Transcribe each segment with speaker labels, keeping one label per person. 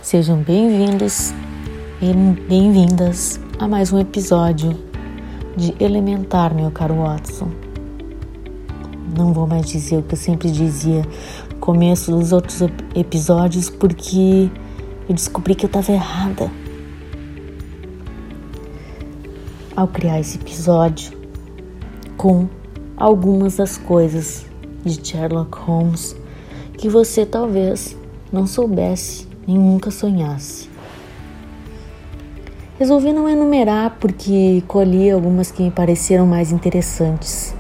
Speaker 1: Sejam bem-vindos e bem-vindas a mais um episódio de Elementar, meu caro Watson. Não vou mais dizer o que eu sempre dizia no começo dos outros episódios, porque eu descobri que eu estava errada. Ao criar esse episódio com algumas das coisas de Sherlock Holmes que você talvez não soubesse nem nunca sonhasse. Resolvi não enumerar porque colhi algumas que me pareceram mais interessantes.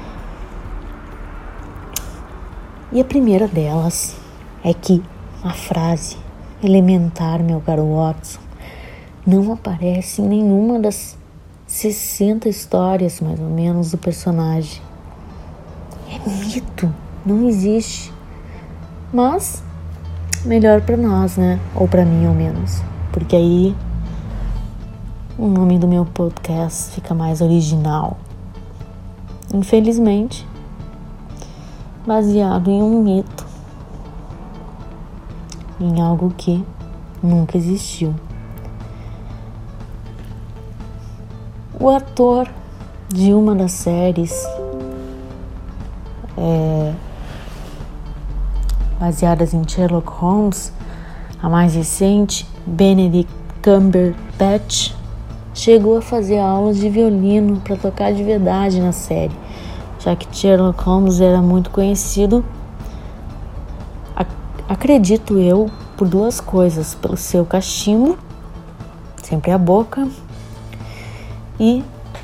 Speaker 1: E a primeira delas é que a frase elementar, meu caro Watson, não aparece em nenhuma das 60 histórias, mais ou menos, do personagem. É mito, não existe. Mas melhor para nós, né? Ou para mim, ao menos. Porque aí o nome do meu podcast fica mais original. Infelizmente, baseado em um mito, em algo que nunca existiu. O ator de uma das séries baseadas em Sherlock Holmes, a mais recente, Benedict Cumberbatch, chegou a fazer aulas de violino para tocar de verdade na série, já que Sherlock Holmes era muito conhecido, acredito eu, por duas coisas: pelo seu cachimbo, sempre a boca, e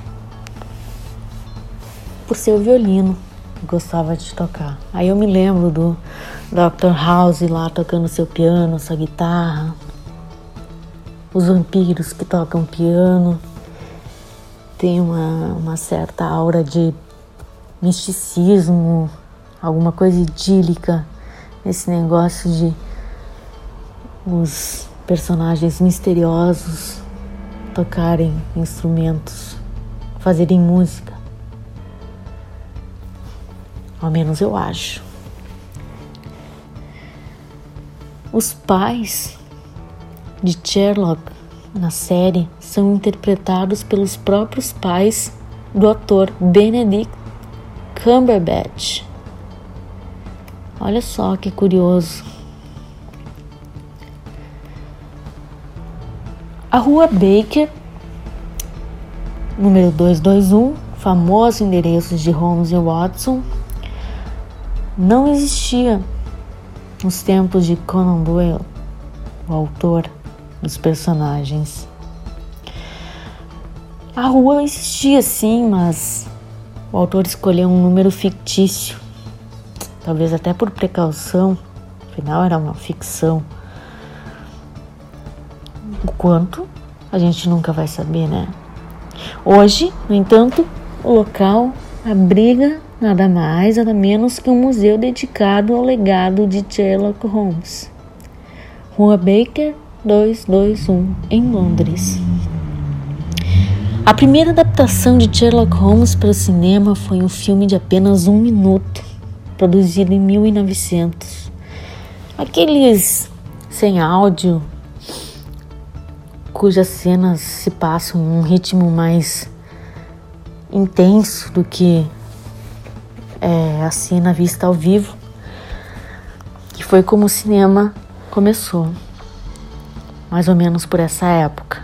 Speaker 1: por seu violino, gostava de tocar. Aí eu me lembro do Dr. House lá tocando seu piano, sua guitarra, os vampiros que tocam piano. Tem uma certa aura de misticismo, alguma coisa idílica nesse negócio de os personagens misteriosos tocarem instrumentos, fazerem música. Ao menos eu acho. Os pais de Sherlock na série são interpretados pelos próprios pais do ator Benedict Cumberbatch. Olha só que curioso. A Rua Baker, número 221, famoso endereço de Holmes e Watson, não existia nos tempos de Conan Doyle, o autor dos personagens. A rua existia sim, mas o autor escolheu um número fictício, talvez até por precaução, afinal era uma ficção. O quanto a gente nunca vai saber, né? Hoje, no entanto, o local abriga nada mais, nada menos que um museu dedicado ao legado de Sherlock Holmes. Rua Baker 221, em Londres. A primeira adaptação de Sherlock Holmes para o cinema foi um filme de apenas 1 minuto, produzido em 1900. Aqueles sem áudio, cujas cenas se passam em um ritmo mais intenso do que a cena vista ao vivo, que foi como o cinema começou, mais ou menos por essa época.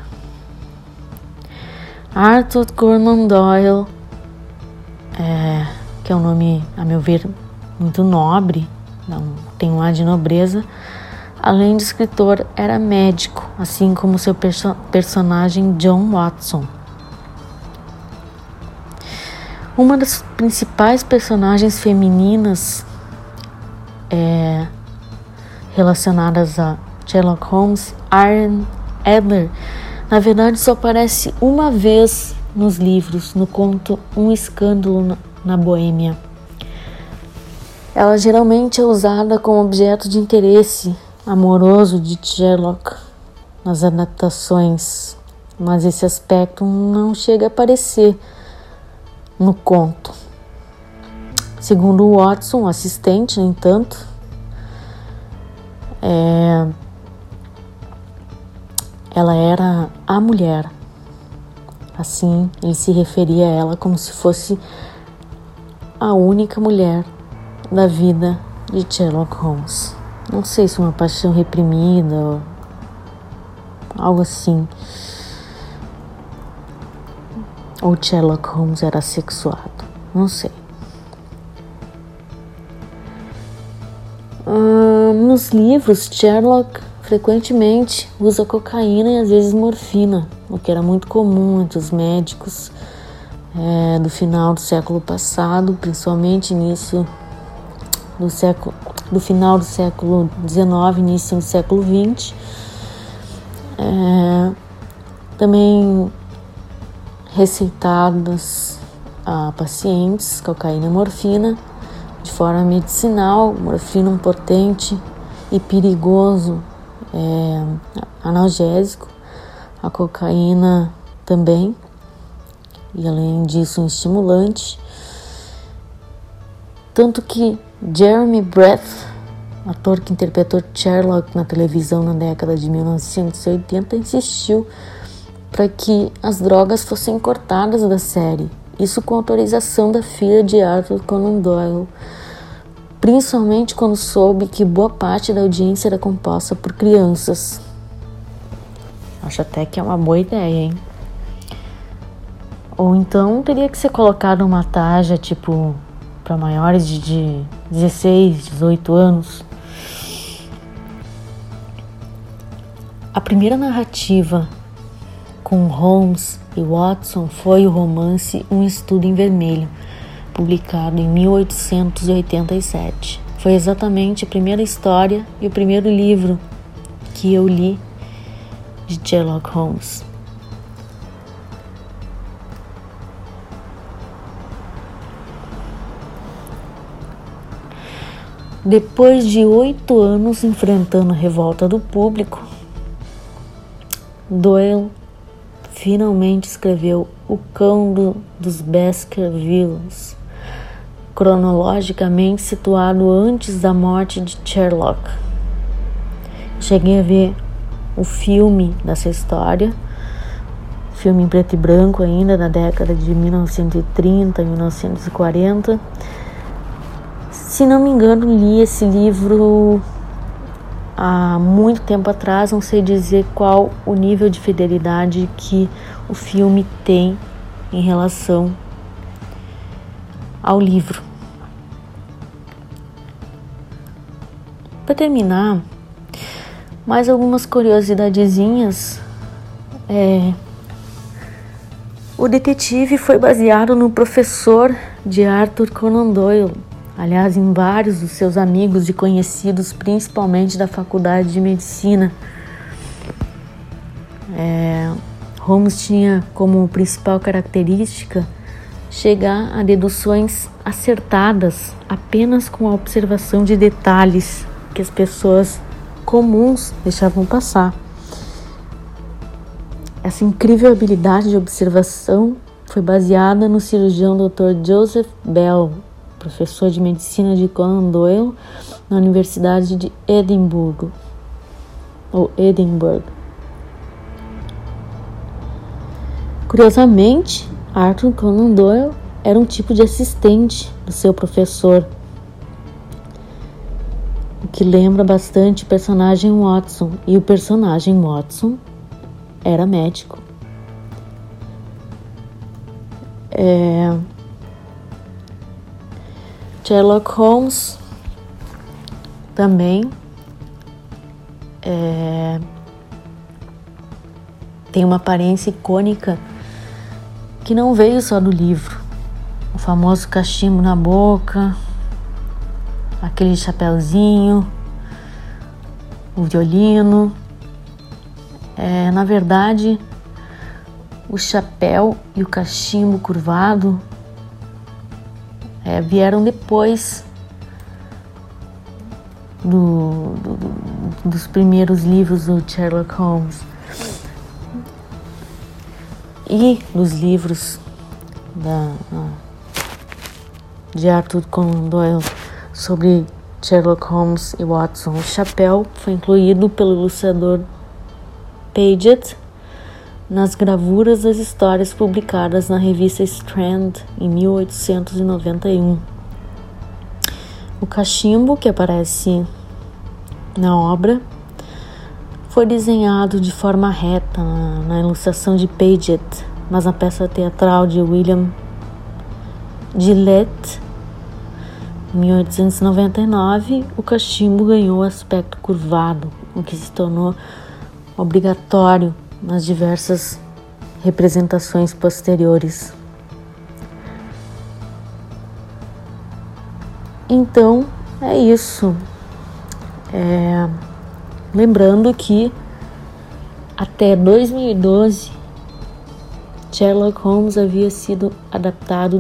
Speaker 1: Arthur Conan Doyle, que é um nome, a meu ver, muito nobre, não tem um ar de nobreza, além de escritor, era médico, assim como seu personagem John Watson. Uma das principais personagens femininas relacionadas a Sherlock Holmes, Irene Adler, na verdade só aparece uma vez nos livros, no conto Um Escândalo na Boêmia. Ela geralmente é usada como objeto de interesse amoroso de Sherlock nas adaptações, mas esse aspecto não chega a aparecer no conto. Segundo Watson, o assistente, no entanto, ela era a mulher. Assim, ele se referia a ela como se fosse a única mulher da vida de Sherlock Holmes. Não sei se uma paixão reprimida ou algo assim. Ou Sherlock Holmes era assexuado. Não sei. Nos livros, Sherlock frequentemente usa cocaína e às vezes morfina, o que era muito comum entre os médicos do final do século passado, principalmente do final do século XIX, início do século XX. Também receitadas a pacientes cocaína e morfina de forma medicinal. Morfina um potente e perigoso analgésico, a cocaína também, e além disso um estimulante. Tanto que Jeremy Brett, ator que interpretou Sherlock na televisão na década de 1980, insistiu para que as drogas fossem cortadas da série, isso com autorização da filha de Arthur Conan Doyle, principalmente quando soube que boa parte da audiência era composta por crianças. Acho até que é uma boa ideia, hein? Ou então teria que ser colocado uma taxa tipo para maiores de 16, 18 anos. A primeira narrativa com Holmes e Watson foi o romance Um Estudo em Vermelho, publicado em 1887. Foi exatamente a primeira história e o primeiro livro que eu li de Sherlock Holmes. Depois de 8 anos enfrentando a revolta do público, Doyle finalmente escreveu O Cão dos Baskervilles, cronologicamente situado antes da morte de Sherlock. Cheguei a ver o filme dessa história, filme em preto e branco ainda, da década de 1930 e 1940. Se não me engano, li esse livro há muito tempo atrás, não sei dizer qual o nível de fidelidade que o filme tem em relação ao livro. Para terminar, mais algumas curiosidadezinhas. O detetive foi baseado no professor de Arthur Conan Doyle, aliás, em vários dos seus amigos e conhecidos, principalmente da faculdade de medicina. Holmes tinha como principal característica chegar a deduções acertadas apenas com a observação de detalhes que as pessoas comuns deixavam passar. Essa incrível habilidade de observação foi baseada no cirurgião Dr. Joseph Bell, professor de medicina de Conan Doyle na Universidade de Edimburgo. Curiosamente, Arthur Conan Doyle era um tipo de assistente do seu professor, o que lembra bastante o personagem Watson, e o personagem Watson era médico. Sherlock Holmes também tem uma aparência icônica que não veio só do livro. O famoso cachimbo na boca, aquele chapéuzinho, o violino. Na verdade, o chapéu e o cachimbo curvado vieram depois dos primeiros livros do Sherlock Holmes e dos livros de Arthur Conan Doyle sobre Sherlock Holmes e Watson. O chapéu foi incluído pelo ilustrador Paget nas gravuras das histórias publicadas na revista Strand em 1891. O cachimbo que aparece na obra foi desenhado de forma reta na ilustração de Paget, mas na peça teatral de William Gillette, em 1899, o cachimbo ganhou aspecto curvado, o que se tornou obrigatório nas diversas representações posteriores. Então, é isso. Lembrando que até 2012, Sherlock Holmes havia sido adaptado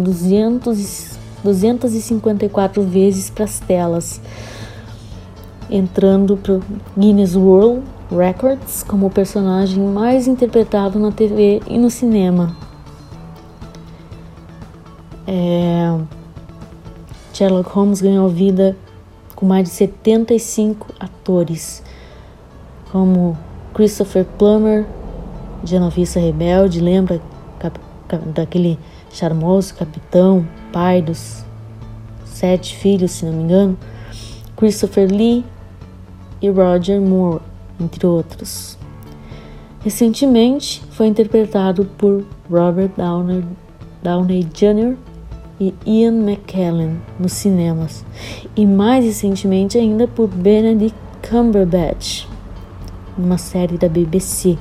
Speaker 1: 254 vezes para as telas, entrando para o Guinness World Records como o personagem mais interpretado na TV e no cinema. Sherlock Holmes ganhou vida com mais de 75 atores, como Christopher Plummer, de A Noviça Rebelde, lembra daquele charmoso capitão, pai dos 7 filhos, se não me engano, Christopher Lee e Roger Moore, entre outros. Recentemente foi interpretado por Robert Downey Jr. e Ian McKellen nos cinemas, e mais recentemente ainda por Benedict Cumberbatch, numa série da BBC.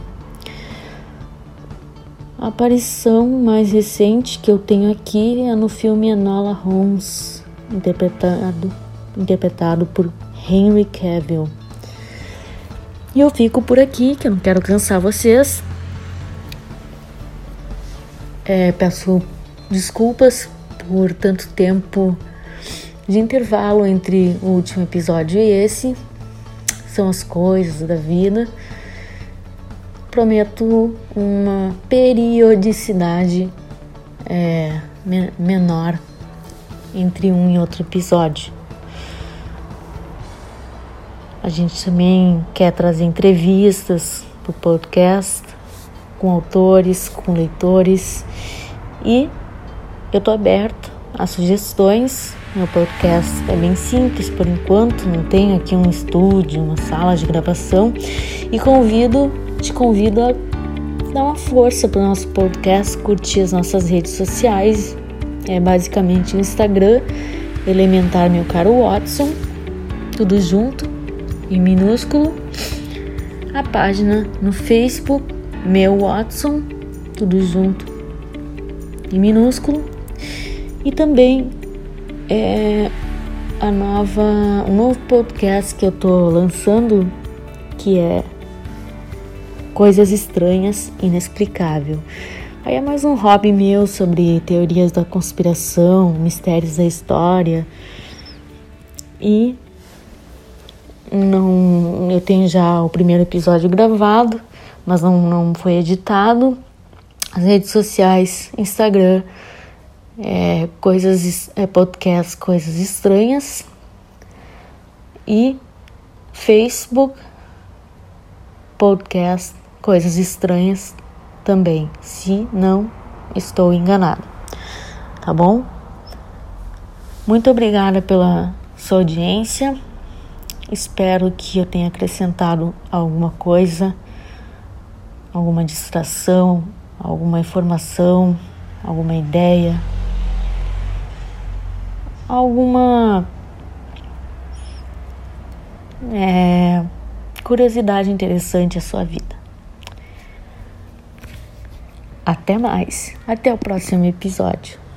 Speaker 1: A aparição mais recente que eu tenho aqui é no filme Enola Holmes, interpretado por Henry Cavill. E eu fico por aqui, que eu não quero cansar vocês. Peço desculpas por tanto tempo de intervalo entre o último episódio e esse. São as coisas da vida. Prometo uma periodicidade menor entre um e outro episódio. A gente também quer trazer entrevistas para o podcast com autores, com leitores, e eu estou aberto a sugestões. Meu podcast é bem simples por enquanto, não tenho aqui um estúdio, uma sala de gravação, e te convido a dar uma força para o nosso podcast, curtir as nossas redes sociais, basicamente o Instagram, Elementar Meu Caro Watson, tudo junto, em minúsculo, a página no Facebook, Meu Watson, tudo junto, em minúsculo, e também um novo podcast que eu tô lançando, que é Coisas Estranhas, Inexplicável. Aí é mais um hobby meu sobre teorias da conspiração, mistérios da história. E eu tenho já o primeiro episódio gravado, mas não foi editado. As redes sociais, Instagram, podcast Coisas Estranhas, e Facebook, podcast Coisas Estranhas também, se não estou enganada, tá bom? Muito obrigada pela sua audiência, espero que eu tenha acrescentado alguma coisa, alguma distração, alguma informação, alguma ideia, alguma curiosidade interessante à sua vida. Até mais, até o próximo episódio.